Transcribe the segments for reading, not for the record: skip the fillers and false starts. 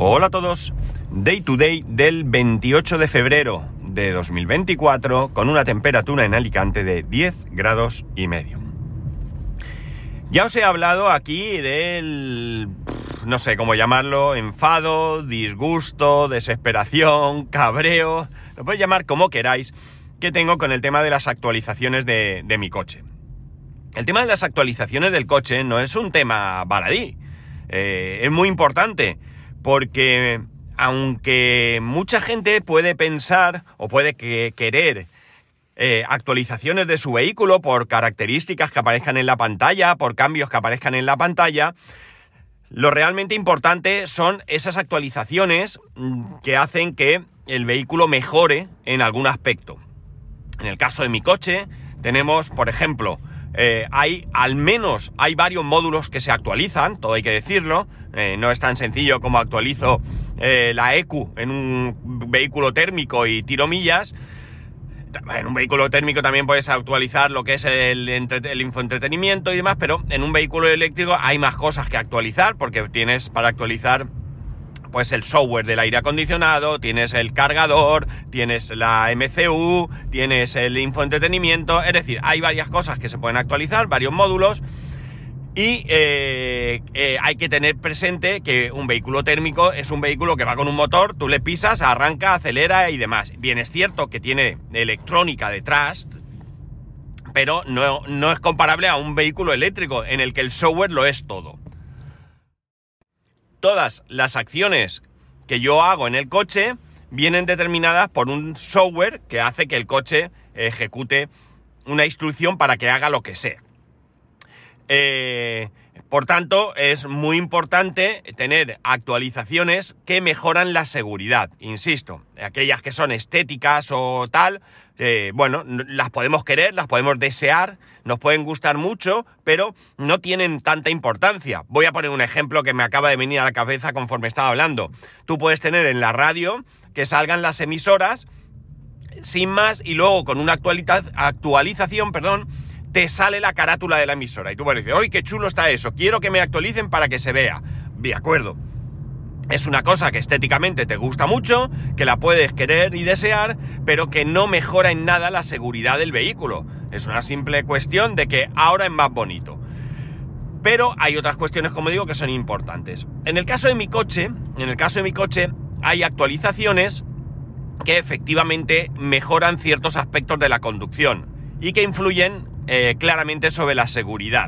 Hola a todos, Day to Day del 28 de febrero de 2024 con una temperatura en Alicante de 10 grados y medio. Ya os he hablado aquí del, no sé cómo llamarlo, enfado, disgusto, desesperación, cabreo, lo podéis llamar como queráis, que tengo con el tema de las actualizaciones de mi coche. El tema de las actualizaciones del coche no es un tema baladí, es muy importante. Porque aunque mucha gente puede pensar o puede querer actualizaciones de su vehículo por características que aparezcan en la pantalla, por cambios que aparezcan en la pantalla, lo realmente importante son esas actualizaciones que hacen que el vehículo mejore en algún aspecto. En el caso de mi coche tenemos, por ejemplo, hay varios módulos que se actualizan, todo hay que decirlo. No es tan sencillo como actualizo la ECU en un vehículo térmico y tiro millas. En un vehículo térmico también puedes actualizar lo que es el infoentretenimiento y demás, pero en un vehículo eléctrico hay más cosas que actualizar, porque tienes para actualizar pues el software del aire acondicionado, tienes el cargador, tienes la MCU, tienes el infoentretenimiento, es decir, hay varias cosas que se pueden actualizar, varios módulos. Y hay que tener presente que un vehículo térmico es un vehículo que va con un motor, tú le pisas, arranca, acelera y demás. Bien, es cierto que tiene electrónica detrás, pero no es comparable a un vehículo eléctrico en el que el software lo es todo. Todas las acciones que yo hago en el coche vienen determinadas por un software que hace que el coche ejecute una instrucción para que haga lo que sea. Por tanto, es muy importante tener actualizaciones que mejoran la seguridad. Insisto, aquellas que son estéticas o tal, las podemos querer, las podemos desear, nos pueden gustar mucho, pero no tienen tanta importancia. Voy a poner un ejemplo que me acaba de venir a la cabeza conforme estaba hablando. Tú puedes tener en la radio que salgan las emisoras sin más y luego con una actualización, te sale la carátula de la emisora y tú puedes decir, ¡ay, qué chulo está eso! Quiero que me actualicen para que se vea. De acuerdo. Es una cosa que estéticamente te gusta mucho, que la puedes querer y desear, pero que no mejora en nada la seguridad del vehículo. Es una simple cuestión de que ahora es más bonito. Pero hay otras cuestiones, como digo, que son importantes. En el caso de mi coche, hay actualizaciones que efectivamente mejoran ciertos aspectos de la conducción y que influyen claramente sobre la seguridad.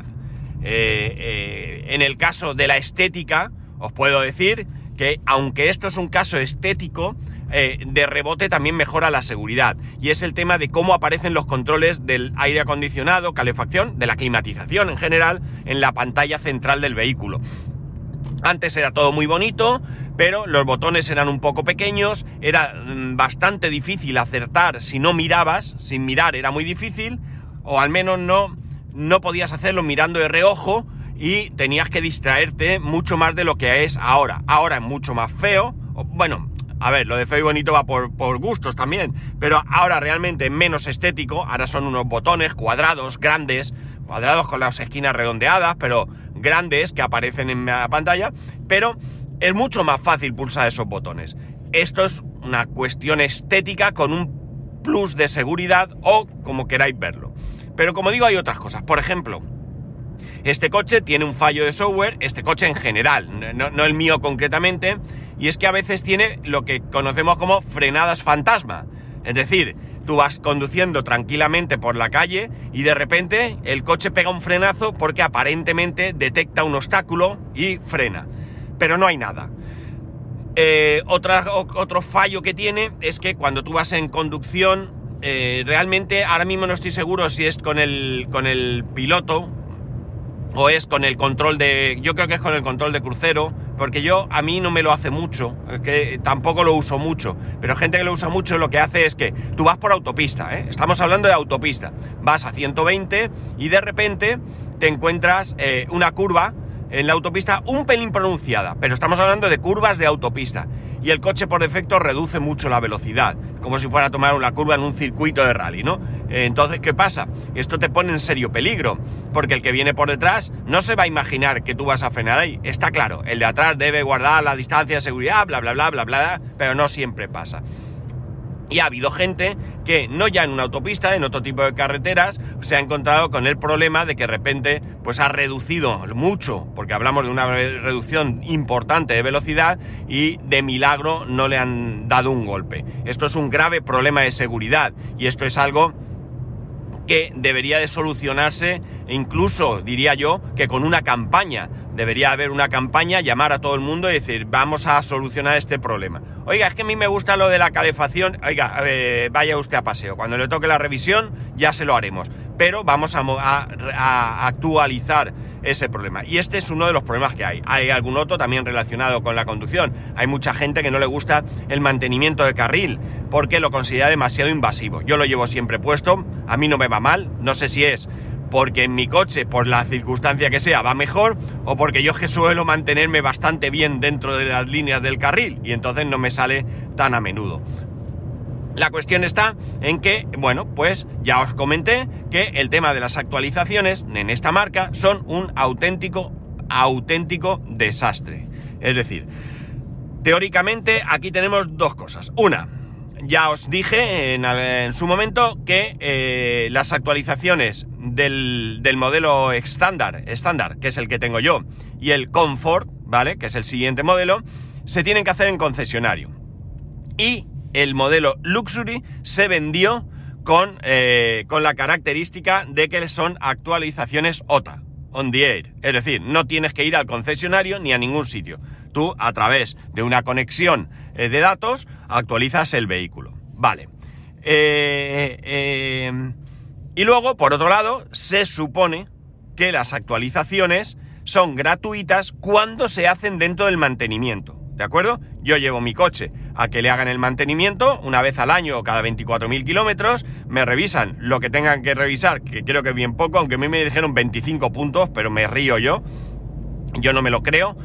En el caso de la estética, os puedo decir que aunque esto es un caso estético, de rebote también mejora la seguridad. Y es el tema de cómo aparecen los controles del aire acondicionado, calefacción, de la climatización en general, en la pantalla central del vehículo. Antes era todo muy bonito, pero los botones eran un poco pequeños, era bastante difícil acertar si no mirabas, sin mirar era muy difícil, o al menos no podías hacerlo mirando de reojo y tenías que distraerte mucho más de lo que es ahora. Ahora es mucho más feo, bueno, a ver, lo de feo y bonito va por gustos también, pero ahora realmente es menos estético. Ahora son unos botones cuadrados, grandes, cuadrados con las esquinas redondeadas, pero grandes que aparecen en la pantalla, pero es mucho más fácil pulsar esos botones. Esto es una cuestión estética con un plus de seguridad o como queráis verlo. Pero como digo, hay otras cosas. Por ejemplo, este coche tiene un fallo de software, este coche en general, no el mío concretamente, y es que a veces tiene lo que conocemos como frenadas fantasma. Es decir, tú vas conduciendo tranquilamente por la calle y de repente el coche pega un frenazo porque aparentemente detecta un obstáculo y frena. Pero no hay nada. Otro fallo que tiene es que cuando tú vas en conducción, realmente ahora mismo no estoy seguro si es con el piloto o es con el control yo creo que es con el control de crucero, porque a mí no me lo hace mucho, es que tampoco lo uso mucho, pero gente que lo usa mucho lo que hace es que tú vas por autopista, estamos hablando de autopista, vas a 120 y de repente te encuentras una curva en la autopista un pelín pronunciada, pero estamos hablando de curvas de autopista. y el coche por defecto reduce mucho la velocidad, como si fuera a tomar una curva en un circuito de rally, ¿no? Entonces, ¿qué pasa? Esto te pone en serio peligro, porque el que viene por detrás no se va a imaginar que tú vas a frenar ahí. Está claro, el de atrás debe guardar la distancia de seguridad, bla, bla, bla, bla, bla, pero no siempre pasa. Y ha habido gente que, no ya en una autopista, en otro tipo de carreteras, se ha encontrado con el problema de que de repente pues ha reducido mucho, porque hablamos de una reducción importante de velocidad y de milagro no le han dado un golpe. Esto es un grave problema de seguridad y esto es algo que debería de solucionarse, incluso diría yo que con una campaña. Debería haber una campaña, llamar a todo el mundo y decir, vamos a solucionar este problema. Oiga, es que a mí me gusta lo de la calefacción. Oiga, vaya usted a paseo. Cuando le toque la revisión ya se lo haremos. Pero vamos a actualizar ese problema. Y este es uno de los problemas que hay. Hay algún otro también relacionado con la conducción. Hay mucha gente que no le gusta el mantenimiento de carril porque lo considera demasiado invasivo. Yo lo llevo siempre puesto, a mí no me va mal. No sé si es porque en mi coche, por la circunstancia que sea, va mejor, o porque yo es que suelo mantenerme bastante bien dentro de las líneas del carril y entonces no me sale tan a menudo. La cuestión está en que, bueno, pues ya os comenté que el tema de las actualizaciones en esta marca son un auténtico desastre. Es decir, teóricamente aquí tenemos dos cosas. Una, ya os dije en su momento que las actualizaciones del modelo estándar, que es el que tengo yo, y el Comfort, ¿vale?, que es el siguiente modelo, se tienen que hacer en concesionario. Y el modelo Luxury se vendió con la característica de que son actualizaciones OTA, on the air. Es decir, no tienes que ir al concesionario ni a ningún sitio. Tú, a través de una conexión de datos, actualizas el vehículo. Vale. Y luego, por otro lado, se supone que las actualizaciones son gratuitas cuando se hacen dentro del mantenimiento. ¿De acuerdo? Yo llevo mi coche a que le hagan el mantenimiento una vez al año o cada 24.000 kilómetros, me revisan lo que tengan que revisar, que creo que es bien poco, aunque a mí me dijeron 25 puntos, pero me río yo no me lo creo.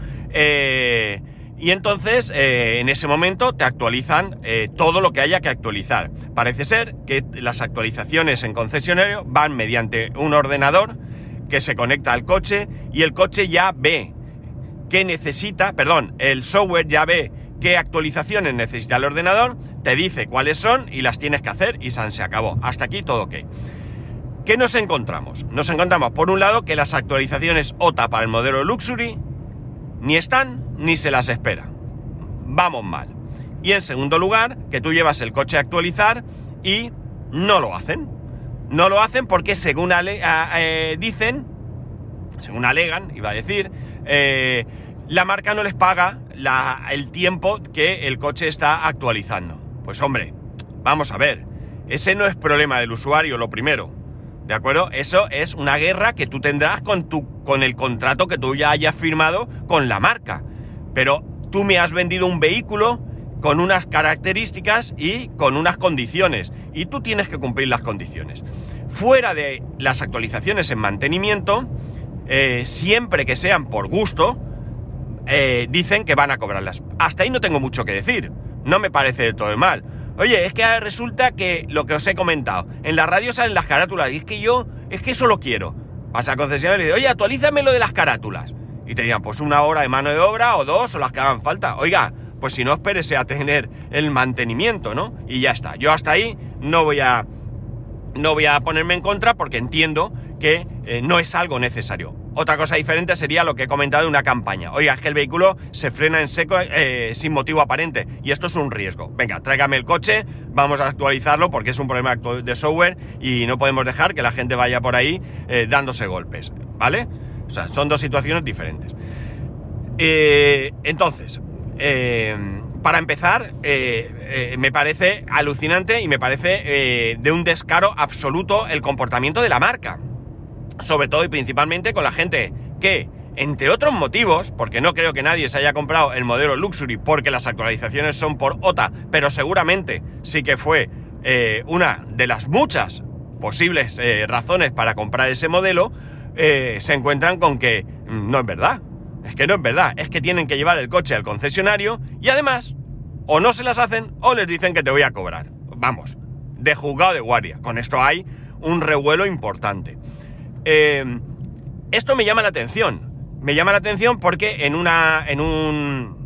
Y entonces, en ese momento te actualizan todo lo que haya que actualizar. Parece ser que las actualizaciones en concesionario van mediante un ordenador que se conecta al coche y el coche ya ve qué necesita, el software ya ve qué actualizaciones necesita el ordenador, te dice cuáles son y las tienes que hacer y se acabó. Hasta aquí todo ok. ¿Qué nos encontramos? Nos encontramos, por un lado, que las actualizaciones OTA para el modelo Luxury ni están ni se las espera. Vamos mal. Y en segundo lugar, que tú llevas el coche a actualizar y no lo hacen. No lo hacen porque según alegan, iba a decir, la marca no les paga el tiempo que el coche está actualizando. Pues hombre, vamos a ver, ese no es problema del usuario, lo primero, ¿de acuerdo? Eso es una guerra que tú tendrás con el contrato que tú ya hayas firmado con la marca. Pero tú me has vendido un vehículo con unas características y con unas condiciones, y tú tienes que cumplir las condiciones. Fuera de las actualizaciones en mantenimiento, siempre que sean por gusto, dicen que van a cobrarlas. Hasta ahí no tengo mucho que decir, no me parece del todo mal. Oye, es que resulta que lo que os he comentado, en la radio salen las carátulas, y es que eso lo quiero. Vas al concesionario y le dices, oye, actualízame lo de las carátulas. Y te digan, pues una hora de mano de obra o dos o las que hagan falta. Oiga, pues si no, espérese a tener el mantenimiento, ¿no? Y ya está. Yo hasta ahí no voy a ponerme en contra porque entiendo que no es algo necesario. Otra cosa diferente sería lo que he comentado de una campaña. Oiga, es que el vehículo se frena en seco sin motivo aparente y esto es un riesgo. Venga, tráigame el coche, vamos a actualizarlo porque es un problema de software y no podemos dejar que la gente vaya por ahí dándose golpes, ¿vale? O sea, son dos situaciones diferentes. Entonces, para empezar, me parece alucinante y me parece de un descaro absoluto el comportamiento de la marca. Sobre todo y principalmente con la gente que, entre otros motivos, porque no creo que nadie se haya comprado el modelo Luxury porque las actualizaciones son por OTA, pero seguramente sí que fue una de las muchas posibles razones para comprar ese modelo, se encuentran con que no es verdad. Es que no es verdad, es que tienen que llevar el coche al concesionario y además o no se las hacen o les dicen que te voy a cobrar. Vamos, de juzgado de guardia. Con esto hay un revuelo importante. Esto me llama la atención. Me llama la atención porque en un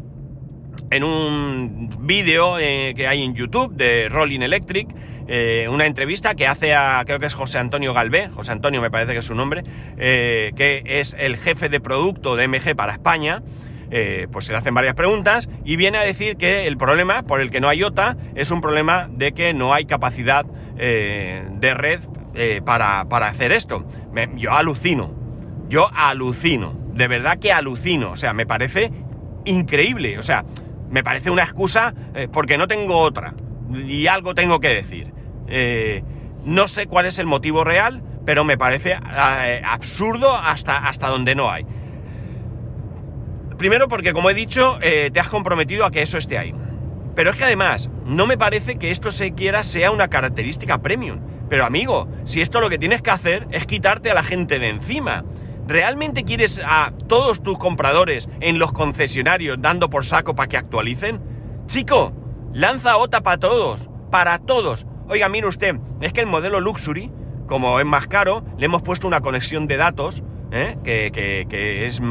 vídeo que hay en YouTube de Rolling Electric, una entrevista que hace a, creo que es José Antonio Galvé, José Antonio me parece que es su nombre, que es el jefe de producto de MG para España. Pues se le hacen varias preguntas y viene a decir que el problema por el que no hay OTA es un problema de que no hay capacidad de red para hacer esto. Yo alucino, de verdad que alucino, o sea, me parece increíble, o sea, me parece una excusa porque no tengo otra y algo tengo que decir. No sé cuál es el motivo real, pero me parece absurdo hasta donde no hay. Primero porque, como he dicho, te has comprometido a que eso esté ahí. Pero es que además, no me parece que esto sea una característica premium. Pero amigo, si esto lo que tienes que hacer es quitarte a la gente de encima. ¿Realmente quieres a todos tus compradores en los concesionarios dando por saco para que actualicen? Chico, lanza OTA para todos. Oiga, mire usted, es que el modelo Luxury, como es más caro, le hemos puesto una conexión de datos, que es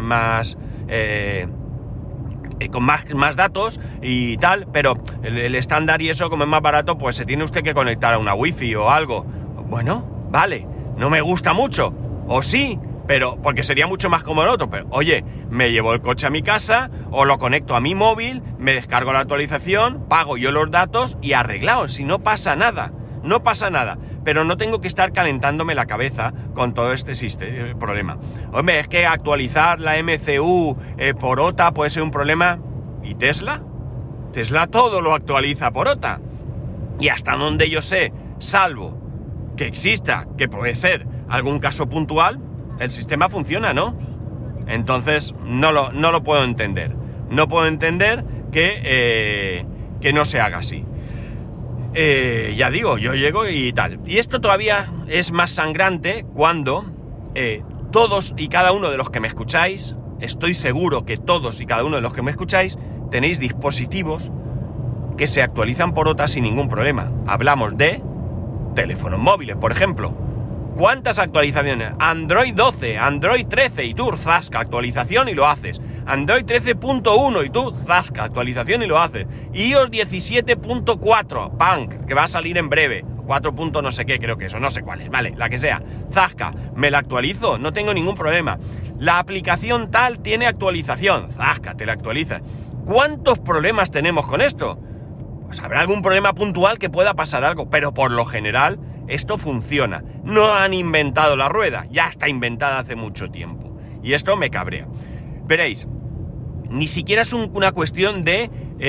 con más datos y tal, pero el estándar y eso, como es más barato, pues se tiene usted que conectar a una wifi o algo. Bueno, vale, no me gusta mucho, o sí, pero porque sería mucho más cómodo el otro, pero oye, me llevo el coche a mi casa o lo conecto a mi móvil, me descargo la actualización, pago yo los datos y arreglado, si no pasa nada, pero no tengo que estar calentándome la cabeza con todo este problema. Hombre, es que actualizar la MCU por OTA puede ser un problema. ¿Y Tesla? Tesla todo lo actualiza por OTA. Y hasta donde yo sé, salvo que exista, que puede ser algún caso puntual, el sistema funciona, ¿no? Entonces no lo puedo entender. No puedo entender que no se haga así. Ya digo, yo llego y tal. Y esto todavía es más sangrante cuando todos y cada uno de los que me escucháis, estoy seguro que todos y cada uno de los que me escucháis, tenéis dispositivos que se actualizan por OTA sin ningún problema. Hablamos de teléfonos móviles, por ejemplo. ¿Cuántas actualizaciones? Android 12, Android 13 y tú, zasca, actualización y lo haces. Android 13.1 y tú, zasca, actualización y lo haces. iOS 17.4, punk, que va a salir en breve. 4. No sé qué, creo que eso, no sé cuál es, vale, la que sea. Zasca, me la actualizo, no tengo ningún problema. La aplicación tal tiene actualización, zasca, te la actualizas. ¿Cuántos problemas tenemos con esto? Pues habrá algún problema puntual que pueda pasar algo, pero por lo general esto funciona. No han inventado la rueda, ya está inventada hace mucho tiempo. Y esto me cabrea. Veréis, ni siquiera es una cuestión de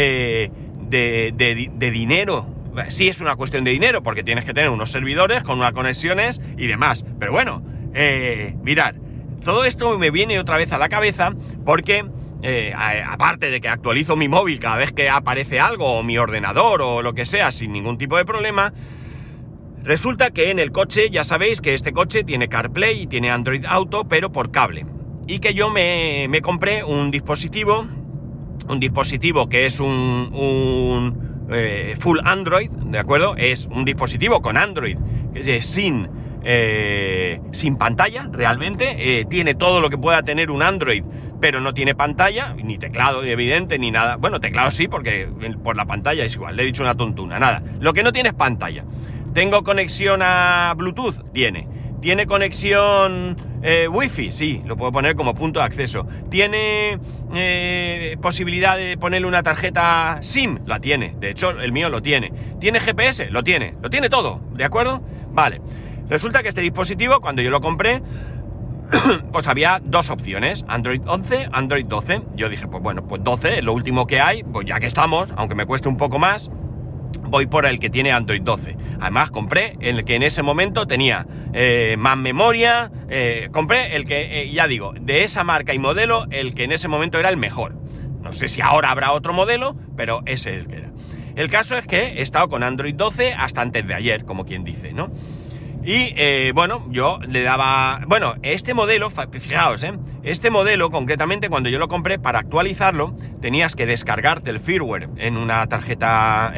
dinero. Sí es una cuestión de dinero, porque tienes que tener unos servidores con unas conexiones y demás. Pero bueno, mirad, todo esto me viene otra vez a la cabeza porque, aparte de que actualizo mi móvil cada vez que aparece algo, o mi ordenador, o lo que sea, sin ningún tipo de problema, resulta que en el coche, ya sabéis que este coche tiene CarPlay y tiene Android Auto, pero por cable. Y que yo me compré un dispositivo que es un full Android, ¿de acuerdo? Es un dispositivo con Android sin pantalla, realmente. Tiene todo lo que pueda tener un Android, pero no tiene pantalla, ni teclado evidente, ni nada. Bueno, teclado sí, porque por la pantalla es igual, le he dicho una tontuna, nada. Lo que no tiene es pantalla. ¿Tengo conexión a Bluetooth? ¿Tiene conexión Wi-Fi? Sí, lo puedo poner como punto de acceso. ¿Tiene posibilidad de ponerle una tarjeta SIM? La tiene, de hecho el mío lo tiene. ¿Tiene GPS? Lo tiene todo, ¿de acuerdo? Vale, resulta que este dispositivo, cuando yo lo compré, pues había dos opciones, Android 11, Android 12. Yo dije, pues bueno, pues 12 es lo último que hay, pues ya que estamos, aunque me cueste un poco más, voy por el que tiene Android 12. Además, compré el que en ese momento tenía más memoria. Compré el que, ya digo, de esa marca y modelo, el que en ese momento era el mejor. No sé si ahora habrá otro modelo, pero ese es el que era. El caso es que he estado con Android 12 hasta antes de ayer, como quien dice, ¿no? Bueno, yo le daba... Bueno, este modelo, fijaos, este modelo concretamente cuando yo lo compré, para actualizarlo tenías que descargarte el firmware en una tarjeta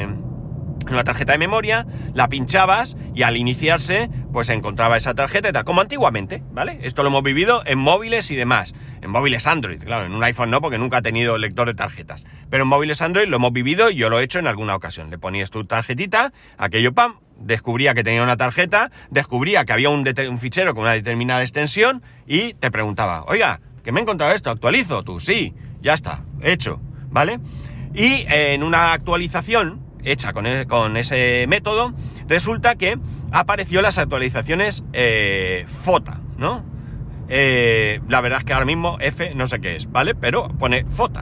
de memoria, la pinchabas y al iniciarse pues encontraba esa tarjeta y tal, como antiguamente, ¿vale? Esto lo hemos vivido en móviles y demás, en móviles Android, claro, en un iPhone no, porque nunca he tenido lector de tarjetas, pero en móviles Android lo hemos vivido y yo lo he hecho en alguna ocasión. Le ponías tu tarjetita, aquello pam, descubría que tenía una tarjeta, descubría que había un fichero con una determinada extensión y te preguntaba, oiga, que me he encontrado esto, ¿actualizo? Tú, sí, ya está, hecho, ¿vale? Y en una actualización hecha con ese método, resulta que apareció las actualizaciones FOTA, ¿no? La verdad es que ahora mismo F no sé qué es, ¿vale? Pero pone FOTA.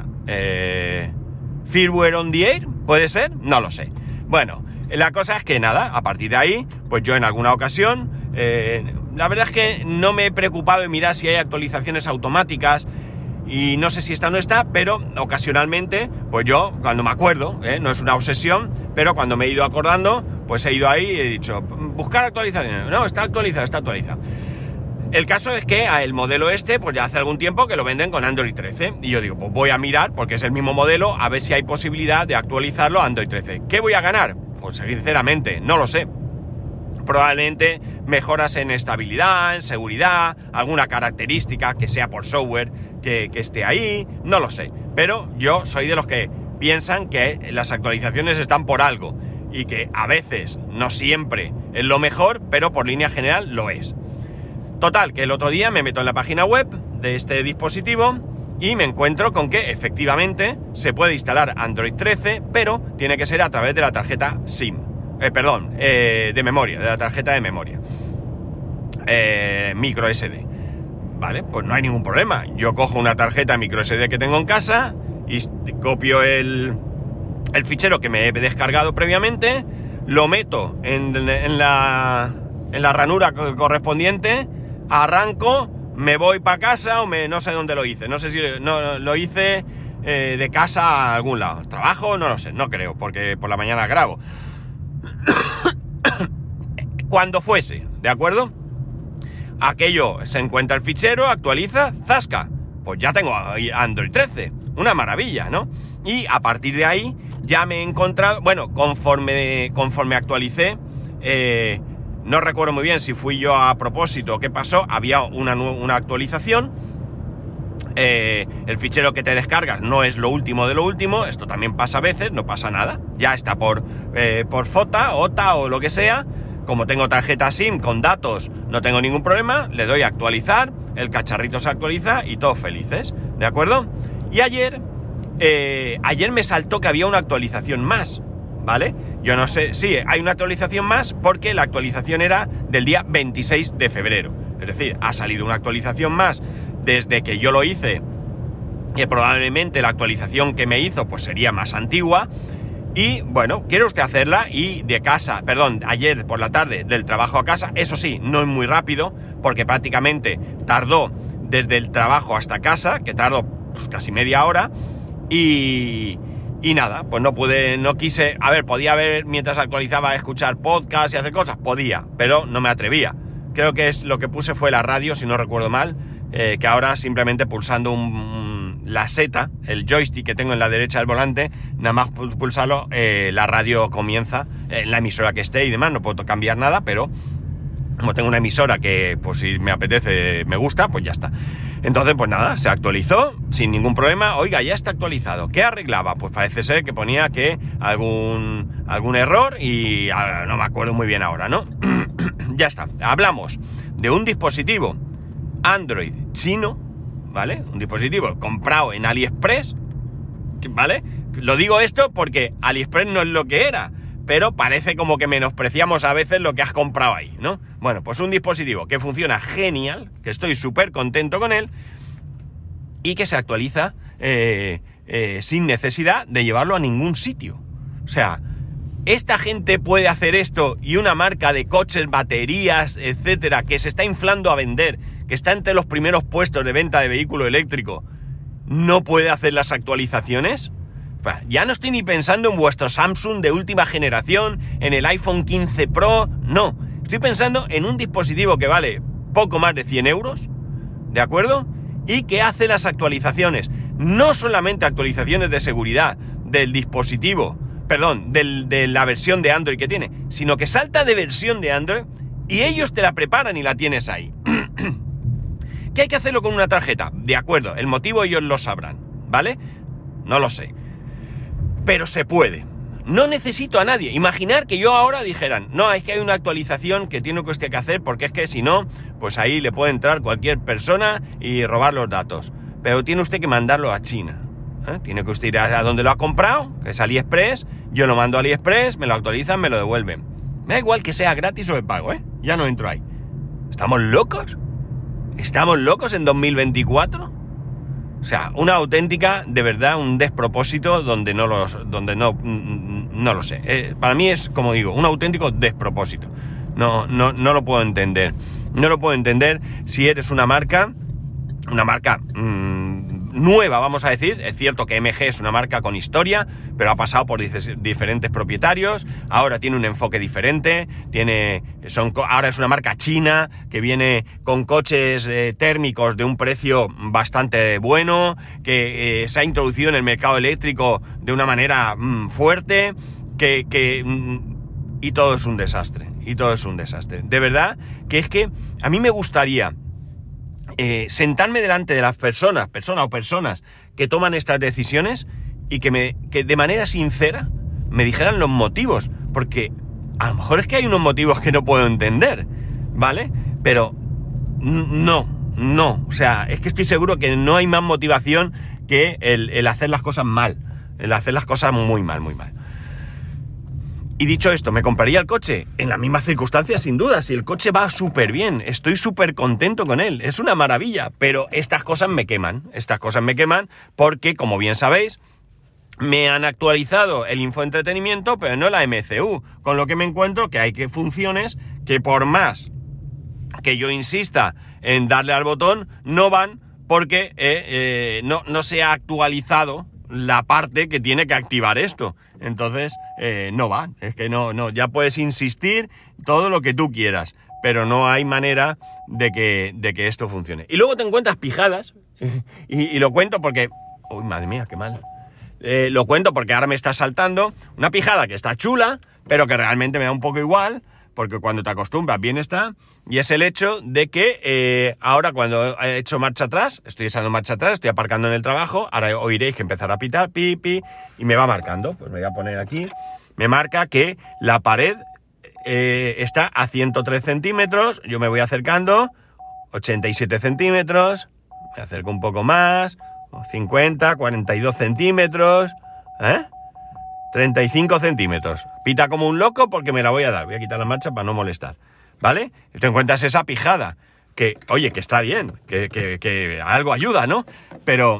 Firmware on the air, ¿puede ser? No lo sé. Bueno, la cosa es que nada, a partir de ahí, pues yo en alguna ocasión, la verdad es que no me he preocupado en mirar si hay actualizaciones automáticas y no sé si esta o no está, pero ocasionalmente, pues yo, cuando me acuerdo, no es una obsesión, pero cuando me he ido acordando, pues he ido ahí y he dicho, buscar actualizaciones. No, está actualizado, está actualizado. El caso es que el modelo este, pues ya hace algún tiempo que lo venden con Android 13. Y yo digo, pues voy a mirar, porque es el mismo modelo, a ver si hay posibilidad de actualizarlo a Android 13. ¿Qué voy a ganar? Pues sinceramente, no lo sé. Probablemente mejoras en estabilidad, en seguridad, alguna característica que sea por software que esté ahí, no lo sé. Pero yo soy de los que piensan que las actualizaciones están por algo y que a veces, no siempre, es lo mejor, pero por línea general lo es. Total, que el otro día me meto en la página web de este dispositivo y me encuentro con que efectivamente se puede instalar Android 13, pero tiene que ser a través de la tarjeta SIM. De memoria, de la tarjeta de memoria. Micro SD. Vale, pues no hay ningún problema. Yo cojo una tarjeta micro SD que tengo en casa y copio el fichero que me he descargado previamente, lo meto en la ranura correspondiente, arranco, me voy para casa no sé dónde lo hice. No sé si lo hice de casa a algún lado. ¿Trabajo? No lo sé, no creo, porque por la mañana grabo. Cuando fuese, ¿de acuerdo? Aquello se encuentra el fichero, actualiza, ¡zasca! Pues ya tengo Android 13, una maravilla, ¿no? Y a partir de ahí ya me he encontrado, bueno, conforme actualicé, no recuerdo muy bien si fui yo a propósito o qué pasó, había una actualización. El fichero que te descargas no es lo último de lo último, esto también pasa a veces, no pasa nada, ya está por FOTA, OTA o lo que sea. Como tengo tarjeta SIM con datos, no tengo ningún problema, le doy a actualizar, el cacharrito se actualiza y todos felices, ¿de acuerdo? Y ayer me saltó que había una actualización más, ¿vale? Yo no sé, sí, hay una actualización más porque la actualización era del día 26 de febrero. Es decir, ha salido una actualización más desde que yo lo hice, que probablemente la actualización que me hizo pues sería más antigua. Y bueno, quiere usted hacerla y ayer por la tarde del trabajo a casa, eso sí, no es muy rápido, porque prácticamente tardó desde el trabajo hasta casa, que tardó pues, casi media hora, y nada, pues no quise, podía ver mientras actualizaba, escuchar podcast y hacer cosas, podía, pero no me atrevía. Creo que lo que puse fue la radio, si no recuerdo mal, que ahora simplemente pulsando la seta, el joystick que tengo en la derecha del volante, nada más pulsarlo, la radio comienza en la emisora que esté y demás, no puedo cambiar nada, pero como tengo una emisora que pues si me apetece, me gusta, pues ya está. Entonces pues nada, se actualizó sin ningún problema. Oiga, ya está actualizado. ¿Qué arreglaba? Pues parece ser que ponía que algún error y no me acuerdo muy bien ahora, ¿no? Ya está, hablamos de un dispositivo Android chino, ¿vale? Un dispositivo comprado en AliExpress, ¿vale? Lo digo esto porque AliExpress no es lo que era, pero parece como que menospreciamos a veces lo que has comprado ahí, ¿no? Bueno, pues un dispositivo que funciona genial, que estoy súper contento con él y que se actualiza sin necesidad de llevarlo a ningún sitio. O sea, esta gente puede hacer esto y una marca de coches, baterías, etcétera, que se está inflando a vender, que está entre los primeros puestos de venta de vehículo eléctrico, ¿no puede hacer las actualizaciones? Ya no estoy ni pensando en vuestro Samsung de última generación, en el iPhone 15 Pro, no. Estoy pensando en un dispositivo que vale poco más de 100 euros, ¿de acuerdo? Y que hace las actualizaciones. No solamente actualizaciones de seguridad del dispositivo, perdón, de la versión de Android que tiene, sino que salta de versión de Android y ellos te la preparan y la tienes ahí. ¿Que hay que hacerlo con una tarjeta? De acuerdo, el motivo ellos lo sabrán, ¿vale? No lo sé. Pero se puede. No necesito a nadie. Imaginar que yo ahora dijeran, no, es que hay una actualización que tiene usted que hacer porque es que si no, pues ahí le puede entrar cualquier persona y robar los datos. Pero tiene usted que mandarlo a China. Tiene que usted ir a donde lo ha comprado, que es AliExpress, yo lo mando a AliExpress, me lo actualizan, me lo devuelven. Me da igual que sea gratis o de pago, ya no entro ahí. ¿Estamos locos? ¿Estamos locos en 2024? O sea, una auténtica, de verdad, un despropósito donde no lo sé. Para mí es, como digo, un auténtico despropósito. No lo puedo entender. No lo puedo entender si eres una marca nueva, vamos a decir. Es cierto que MG es una marca con historia, pero ha pasado por diferentes propietarios, ahora tiene un enfoque diferente, ahora es una marca china que viene con coches térmicos de un precio bastante bueno, que se ha introducido en el mercado eléctrico de una manera fuerte, y todo es un desastre, De verdad que es que a mí me gustaría sentarme delante de las personas que toman estas decisiones y que de manera sincera me dijeran los motivos, porque a lo mejor es que hay unos motivos que no puedo entender, ¿vale? Pero no, o sea, es que estoy seguro que no hay más motivación que el hacer las cosas mal, el hacer las cosas muy mal. Y dicho esto, ¿me compraría el coche? En las mismas circunstancias, sin duda. Si el coche va súper bien, estoy súper contento con él, es una maravilla. Pero estas cosas me queman porque, como bien sabéis, me han actualizado el infoentretenimiento, pero no la MCU. Con lo que me encuentro que hay funciones que por más que yo insista en darle al botón, no van porque no se ha actualizado la parte que tiene que activar esto. Entonces, no va. Es que no, ya puedes insistir todo lo que tú quieras, pero no hay manera de que esto funcione. Y luego te encuentras pijadas, y lo cuento porque... Uy, madre mía, qué mal. Lo cuento porque ahora me está saltando una pijada que está chula, pero que realmente me da un poco igual, porque cuando te acostumbras bien está, y es el hecho de que ahora cuando he hecho marcha atrás, estoy echando marcha atrás, estoy aparcando en el trabajo, ahora oiréis que empezará a pitar, pi, y me va marcando, pues me voy a poner aquí, me marca que la pared está a 103 centímetros, yo me voy acercando, 87 centímetros, me acerco un poco más, 50, 42 centímetros, 35 centímetros. Pita como un loco porque me la voy a dar. Voy a quitar la marcha para no molestar, ¿vale? Y te encuentras esa pijada que, oye, que está bien, que algo ayuda, ¿no? Pero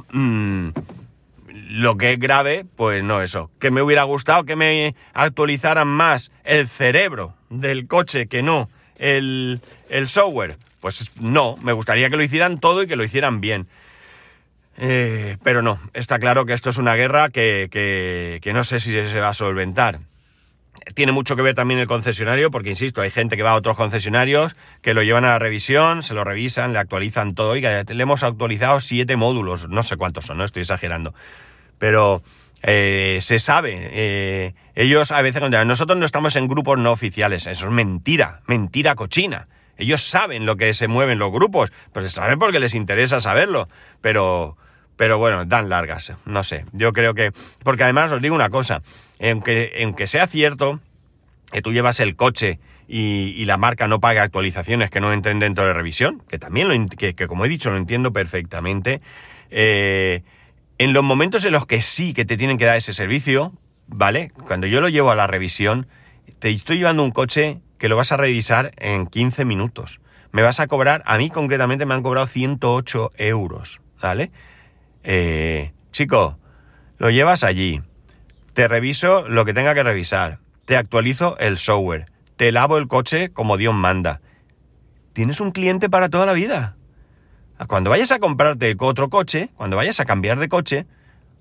lo que es grave, pues no eso. Que me hubiera gustado que me actualizaran más el cerebro del coche que no el software. Pues no, me gustaría que lo hicieran todo y que lo hicieran bien. Pero no, está claro que esto es una guerra que no sé si se va a solventar. Tiene mucho que ver también el concesionario, porque insisto, hay gente que va a otros concesionarios que lo llevan a la revisión, se lo revisan, le actualizan todo, y le hemos actualizado 7 módulos, no sé cuántos son, no estoy exagerando, pero se sabe. Ellos a veces cuando nosotros no estamos en grupos no oficiales, eso es mentira cochina. Ellos saben lo que se mueven los grupos, pues saben porque les interesa saberlo, pero bueno, dan largas, no sé, yo creo que... Porque además os digo una cosa, aunque sea cierto que tú llevas el coche y la marca no paga actualizaciones que no entren dentro de revisión, que también que como he dicho lo entiendo perfectamente, en los momentos en los que sí que te tienen que dar ese servicio, ¿vale? Cuando yo lo llevo a la revisión, te estoy llevando un coche que lo vas a revisar en 15 minutos. Me vas a cobrar, a mí concretamente me han cobrado 108 euros, ¿vale? Chico, lo llevas allí, te reviso lo que tenga que revisar, te actualizo el software, te lavo el coche como Dios manda. Tienes un cliente para toda la vida. Cuando vayas a comprarte otro coche, cuando vayas a cambiar de coche,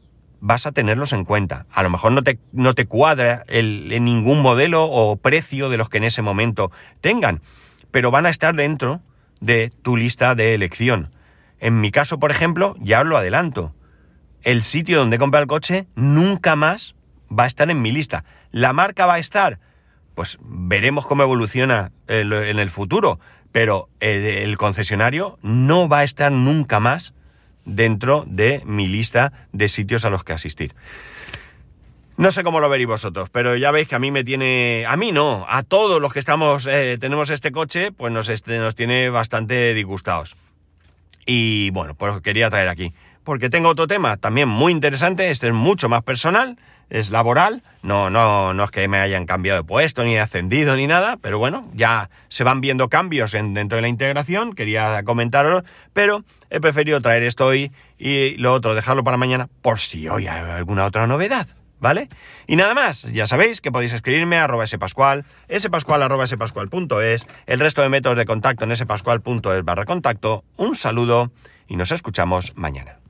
vas a tenerlos en cuenta. A lo mejor no te cuadra en ningún modelo o precio de los que en ese momento tengan, pero van a estar dentro de tu lista de elección. En mi caso, por ejemplo, ya os lo adelanto, el sitio donde he comprado el coche nunca más va a estar en mi lista. ¿La marca va a estar? Pues veremos cómo evoluciona en el futuro, pero el concesionario no va a estar nunca más dentro de mi lista de sitios a los que asistir. No sé cómo lo veréis vosotros, pero ya veis que a mí me tiene... A mí no, a todos los que tenemos este coche, pues nos tiene bastante disgustados. Y bueno, pues lo quería traer aquí. Porque tengo otro tema también muy interesante, este es mucho más personal, es laboral, no es que me hayan cambiado de puesto, ni ascendido, ni nada, pero bueno, ya se van viendo cambios dentro de la integración, quería comentarlo, pero he preferido traer esto hoy y lo otro, dejarlo para mañana, por si hoy hay alguna otra novedad, ¿vale? Y nada más, ya sabéis que podéis escribirme a @spascual, spascual@spascual.es, el resto de métodos de contacto en spascual.es/contacto. Un saludo y nos escuchamos mañana.